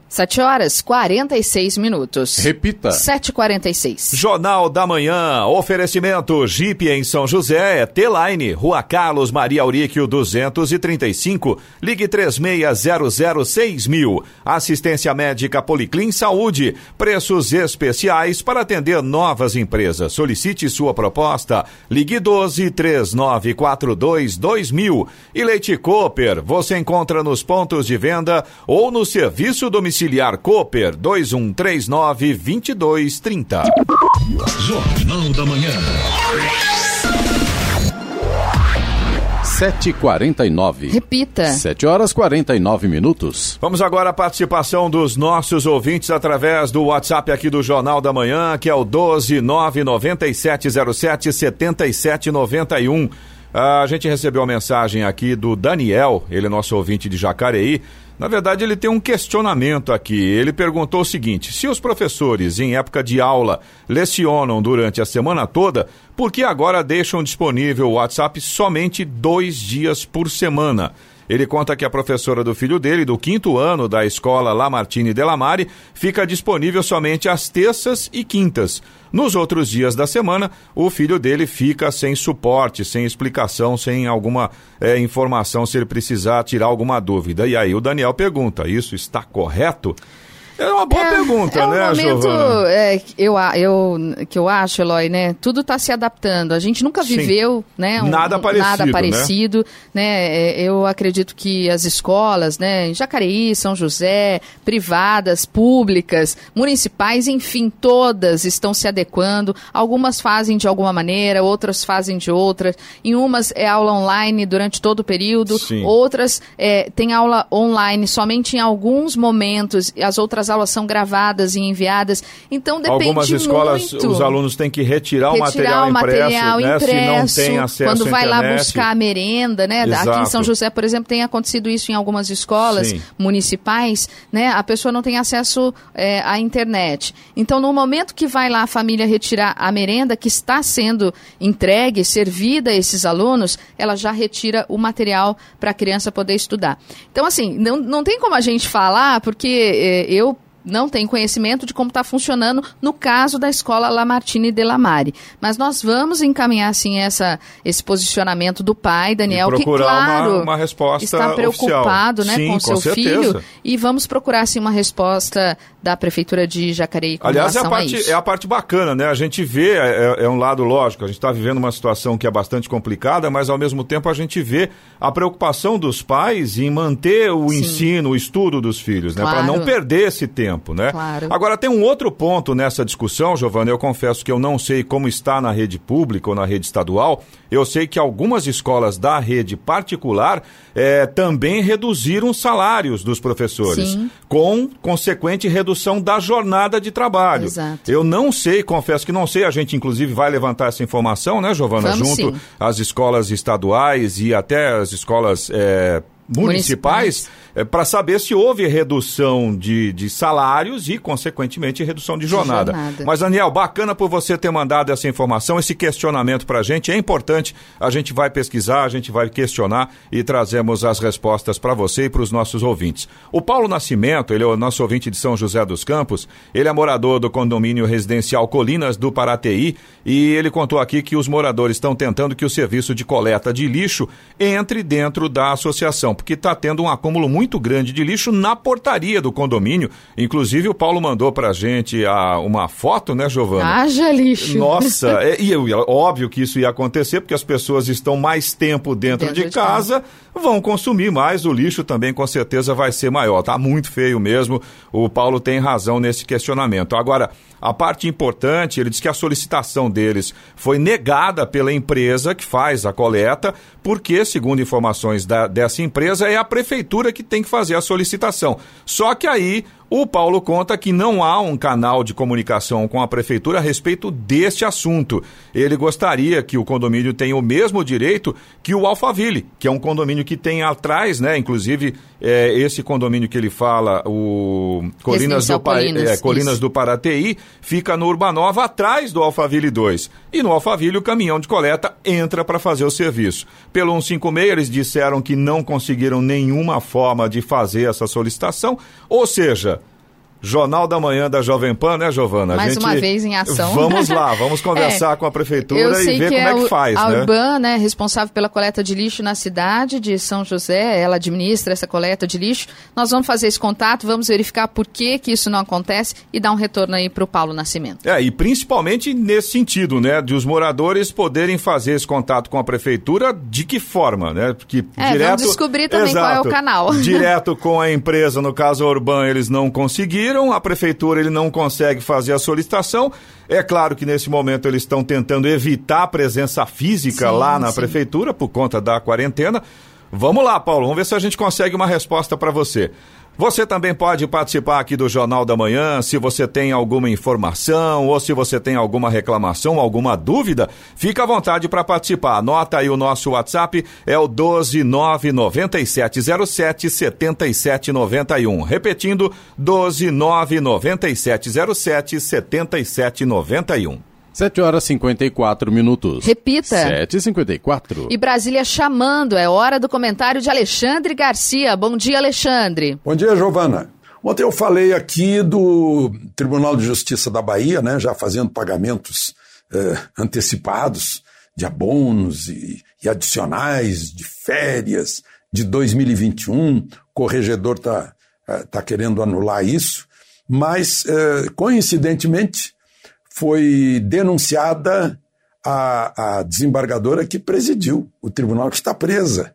7h46. Repita. 7h46. Jornal da Manhã, oferecimento Jeep em São José, T-Line, Rua Carlos Maria Auríquio 235, ligue 36006000. Assistência médica Policlin Saúde, preços especiais para atender novas empresas. Solicite sua proposta, ligue 1239422000. E Leite Cooper, você encontra nos pontos de venda ou no serviço domiciliar Cooper 2139-2230. Jornal da Manhã. 7h49. Repita. 7h49. Vamos agora à participação dos nossos ouvintes através do WhatsApp aqui do Jornal da Manhã, que é o 12997077791. A gente recebeu uma mensagem aqui do Daniel, ele é nosso ouvinte de Jacareí. Na verdade, ele tem um questionamento aqui. Ele perguntou o seguinte: se os professores, em época de aula, lecionam durante a semana toda, por que agora deixam disponível o WhatsApp somente 2 dias por semana? Ele conta que a professora do filho dele, do 5º ano da escola Lamartine Delamare, fica disponível somente às terças e quintas. Nos outros dias da semana, o filho dele fica sem suporte, sem explicação, sem alguma informação, se ele precisar tirar alguma dúvida. E aí o Daniel pergunta: isso está correto? É uma boa pergunta, né, Giovana? Que eu acho, Eloy, né? Tudo está se adaptando. A gente nunca viveu, né? Nada parecido, né? Eu acredito que as escolas, né? Em Jacareí, São José, privadas, públicas, municipais, enfim, todas estão se adequando. Algumas fazem de alguma maneira, outras fazem de outra. Em umas é aula online durante todo o período, Sim. Outras tem aula online somente em alguns momentos, as outras aulas são gravadas e enviadas, então depende Algumas escolas, muito. Os alunos têm que retirar o material impresso, né? Se não tem acesso quando vai à internet. lá buscar a merenda, né? Exato. Aqui em São José, por exemplo, tem acontecido isso em algumas escolas Sim. municipais, né? A pessoa não tem acesso à internet. Então, no momento que vai lá a família retirar a merenda que está sendo entregue, servida a esses alunos, ela já retira o material para a criança poder estudar. Então, assim, não tem como a gente falar, porque eu não tem conhecimento de como está funcionando no caso da escola Lamartine de Lamare. Mas nós vamos encaminhar, assim, esse posicionamento do pai, Daniel, que, claro, uma resposta está preocupado, né, com seu filho, e vamos procurar, assim, uma resposta da Prefeitura de Jacareí com relação a isso. É a parte bacana, né? A gente vê, é um lado lógico, a gente está vivendo uma situação que é bastante complicada, mas ao mesmo tempo a gente vê a preocupação dos pais em manter o ensino, o estudo dos filhos, né? Para não perder esse tempo, né? Claro. Agora, tem um outro ponto nessa discussão, Giovana, eu confesso que eu não sei como está na rede pública ou na rede estadual. Eu sei que algumas escolas da rede particular também reduziram os salários dos professores, com consequente redução da jornada de trabalho. Exato. Eu não sei, confesso que não sei, a gente inclusive vai levantar essa informação, né, Giovana, junto às escolas estaduais e até as escolas municipais, para saber se houve redução de salários e, consequentemente, redução de jornada. Mas, Daniel, bacana por você ter mandado essa informação, esse questionamento para a gente. É importante, a gente vai pesquisar, a gente vai questionar e trazemos as respostas para você e para os nossos ouvintes. O Paulo Nascimento, ele é o nosso ouvinte de São José dos Campos, ele é morador do condomínio residencial Colinas do Parateí e ele contou aqui que os moradores estão tentando que o serviço de coleta de lixo entre dentro da associação, porque está tendo um acúmulo muito grande de lixo na portaria do condomínio. Inclusive, o Paulo mandou pra gente uma foto, né, Giovana? Haja lixo. Nossa, óbvio que isso ia acontecer, porque as pessoas estão mais tempo dentro de casa, vão consumir mais, o lixo também com certeza vai ser maior. Tá muito feio mesmo, o Paulo tem razão nesse questionamento. Agora, a parte importante, ele diz que a solicitação deles foi negada pela empresa que faz a coleta, porque, segundo informações dessa empresa, é a prefeitura que tem que fazer a solicitação. Só que aí o Paulo conta que não há um canal de comunicação com a prefeitura a respeito deste assunto. Ele gostaria que o condomínio tenha o mesmo direito que o Alphaville, que é um condomínio que tem atrás, né? Inclusive, esse condomínio que ele fala, o Colinas do Parateí, fica no Urbanova, atrás do Alphaville 2. E no Alphaville o caminhão de coleta entra para fazer o serviço. Pelo 156, eles disseram que não conseguiram nenhuma forma de fazer essa solicitação, ou seja, Jornal da Manhã da Jovem Pan, né, Giovana? Mais uma vez em ação. Vamos lá, vamos conversar com a prefeitura e ver como é que faz, a né? A Urban, né, responsável pela coleta de lixo na cidade de São José, ela administra essa coleta de lixo. Nós vamos fazer esse contato, vamos verificar por que isso não acontece e dar um retorno aí para o Paulo Nascimento. E principalmente nesse sentido, né, de os moradores poderem fazer esse contato com a prefeitura, de que forma, né? Porque vamos descobrir também qual é o canal. Direto com a empresa, no caso a Urban, eles não conseguiram. A prefeitura ele não consegue fazer a solicitação. É claro que nesse momento eles estão tentando evitar a presença física lá na prefeitura por conta da quarentena. Vamos lá, Paulo, vamos ver se a gente consegue uma resposta para você. Você também pode participar aqui do Jornal da Manhã, se você tem alguma informação ou se você tem alguma reclamação, alguma dúvida, fica à vontade para participar. Anota aí o nosso WhatsApp, é o 12997077791. Repetindo, 12997077791. 7h54. Repita. 7h54. E Brasília chamando, é hora do comentário de Alexandre Garcia. Bom dia, Alexandre. Bom dia, Giovana. Ontem eu falei aqui do Tribunal de Justiça da Bahia, né, já fazendo pagamentos antecipados de abonos e adicionais de férias de 2021. O corregedor tá querendo anular isso, mas, coincidentemente, foi denunciada a desembargadora que presidiu o tribunal, que está presa.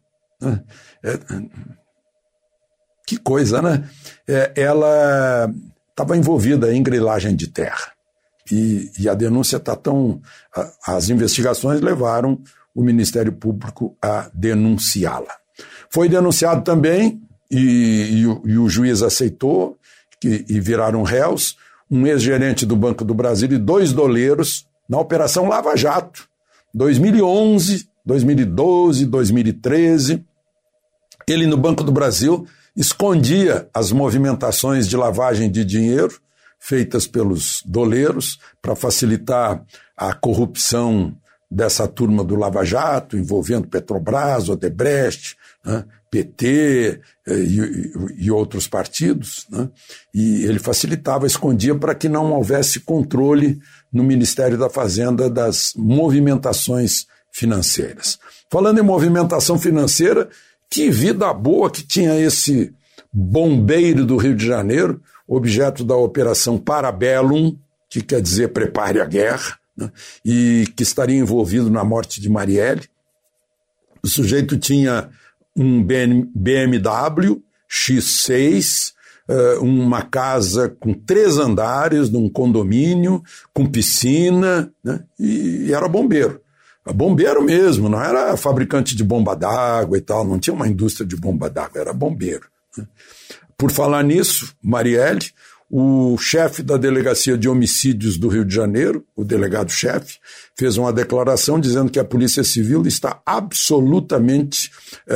Que coisa, né? Ela estava envolvida em grilagem de terra. E a denúncia está tão... As investigações levaram o Ministério Público a denunciá-la. Foi denunciado também, e o juiz aceitou, e viraram réus, um ex-gerente do Banco do Brasil e 2 doleiros na Operação Lava Jato, 2011, 2012, 2013. Ele, no Banco do Brasil, escondia as movimentações de lavagem de dinheiro feitas pelos doleiros para facilitar a corrupção dessa turma do Lava Jato, envolvendo Petrobras, Odebrecht, PT e outros partidos, né? E ele facilitava, escondia para que não houvesse controle no Ministério da Fazenda das movimentações financeiras. Falando em movimentação financeira, que vida boa que tinha esse bombeiro do Rio de Janeiro, objeto da Operação Parabellum, que quer dizer prepare a guerra, né? E que estaria envolvido na morte de Marielle. O sujeito tinha um BMW X6, uma casa com 3 andares, num condomínio, com piscina, né? E era bombeiro. Bombeiro mesmo, não era fabricante de bomba d'água e tal, não tinha uma indústria de bomba d'água, era bombeiro, né? Por falar nisso, Marielle, o chefe da Delegacia de Homicídios do Rio de Janeiro, o delegado-chefe, fez uma declaração dizendo que a Polícia Civil está absolutamente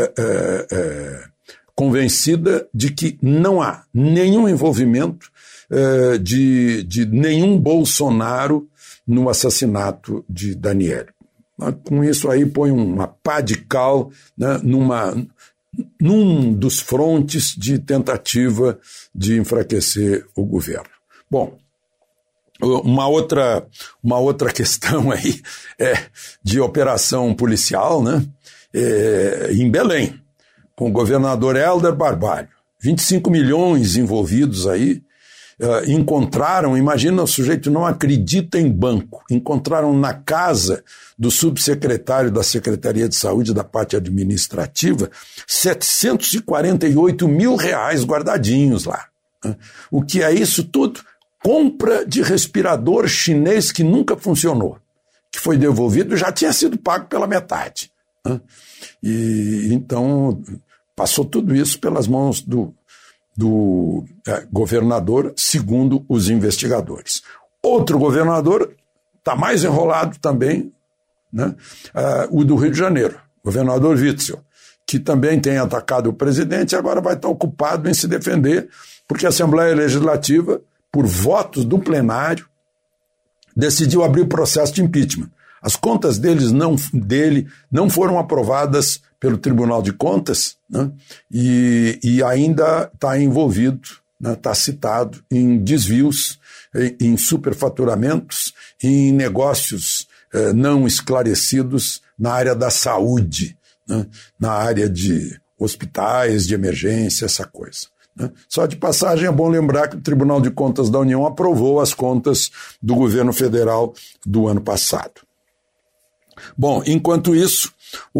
convencida de que não há nenhum envolvimento de nenhum Bolsonaro no assassinato de Daniele. Com isso aí põe uma pá de cal, né, num dos frontes de tentativa de enfraquecer o governo. Bom, uma outra questão aí de operação policial, né, em Belém, com o governador Helder Barbalho. 25 milhões envolvidos aí, encontraram, imagina, o sujeito não acredita em banco, encontraram na casa do subsecretário da Secretaria de Saúde da parte administrativa 748 mil reais guardadinhos lá. O que é isso tudo? Compra de respirador chinês que nunca funcionou, que foi devolvido, já tinha sido pago pela metade. E então passou tudo isso pelas mãos do governador, segundo os investigadores. Outro governador está mais enrolado também, né? O do Rio de Janeiro, governador Witzel, que também tem atacado o presidente e agora vai estar ocupado em se defender, porque a Assembleia Legislativa, por votos do plenário, decidiu abrir o processo de impeachment. As contas dele não foram aprovadas pelo Tribunal de Contas, né? E ainda está envolvido, né? Está citado em desvios, em superfaturamentos, em negócios não esclarecidos na área da saúde, né? Na área de hospitais, de emergência, essa coisa, né? Só de passagem é bom lembrar que o Tribunal de Contas da União aprovou as contas do governo federal do ano passado. Bom, enquanto isso,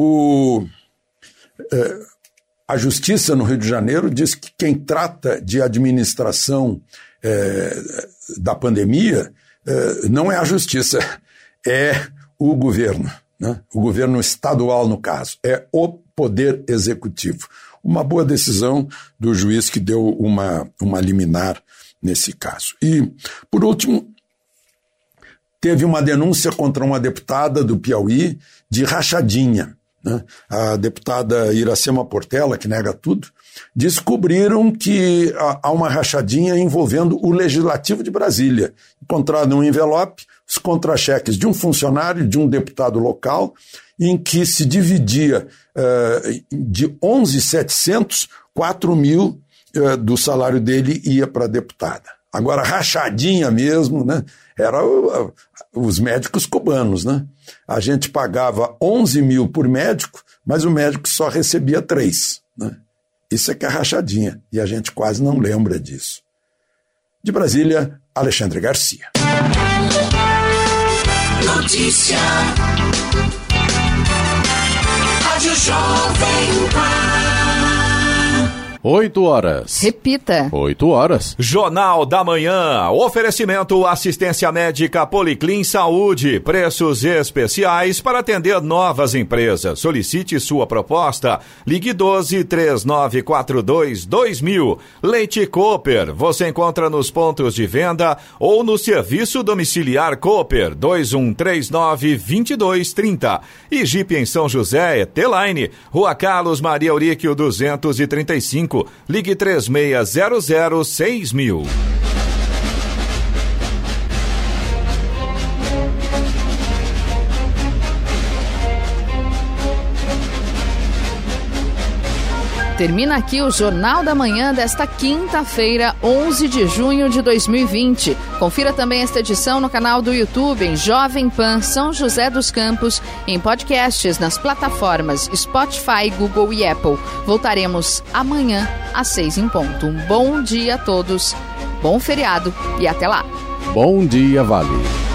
a Justiça no Rio de Janeiro diz que quem trata de administração da pandemia não é a Justiça, é o governo, né? O governo estadual, no caso, é o Poder Executivo. Uma boa decisão do juiz que deu uma liminar nesse caso. E, por último, teve uma denúncia contra uma deputada do Piauí de rachadinha, né? A deputada Iracema Portela, que nega tudo, descobriram que há uma rachadinha envolvendo o Legislativo de Brasília. Encontrado um envelope, os contra-cheques de um funcionário, de um deputado local, em que se dividia de 11.700, 4.000 do salário dele ia para a deputada. Agora, rachadinha mesmo, né? Era os médicos cubanos, né? A gente pagava 11 mil por médico, mas o médico só recebia 3, né? Isso é que é rachadinha, e a gente quase não lembra disso. De Brasília, Alexandre Garcia. Notícia. Rádio Jovem Pan. 8 horas. Repita. 8 horas. Jornal da Manhã. Oferecimento assistência médica Policlin Saúde. Preços especiais para atender novas empresas. Solicite sua proposta. Ligue 12-3942-2000. Leite Cooper. Você encontra nos pontos de venda ou no serviço domiciliar Cooper 2139-2230. E Jeep em São José, T-Line. Rua Carlos Maria Euríquio 235. Ligue 36006000. Termina aqui o Jornal da Manhã desta quinta-feira, 11 de junho de 2020. Confira também esta edição no canal do YouTube em Jovem Pan São José dos Campos, em podcasts nas plataformas Spotify, Google e Apple. Voltaremos amanhã às 6 em ponto. Um bom dia a todos, bom feriado e até lá. Bom dia, Vale.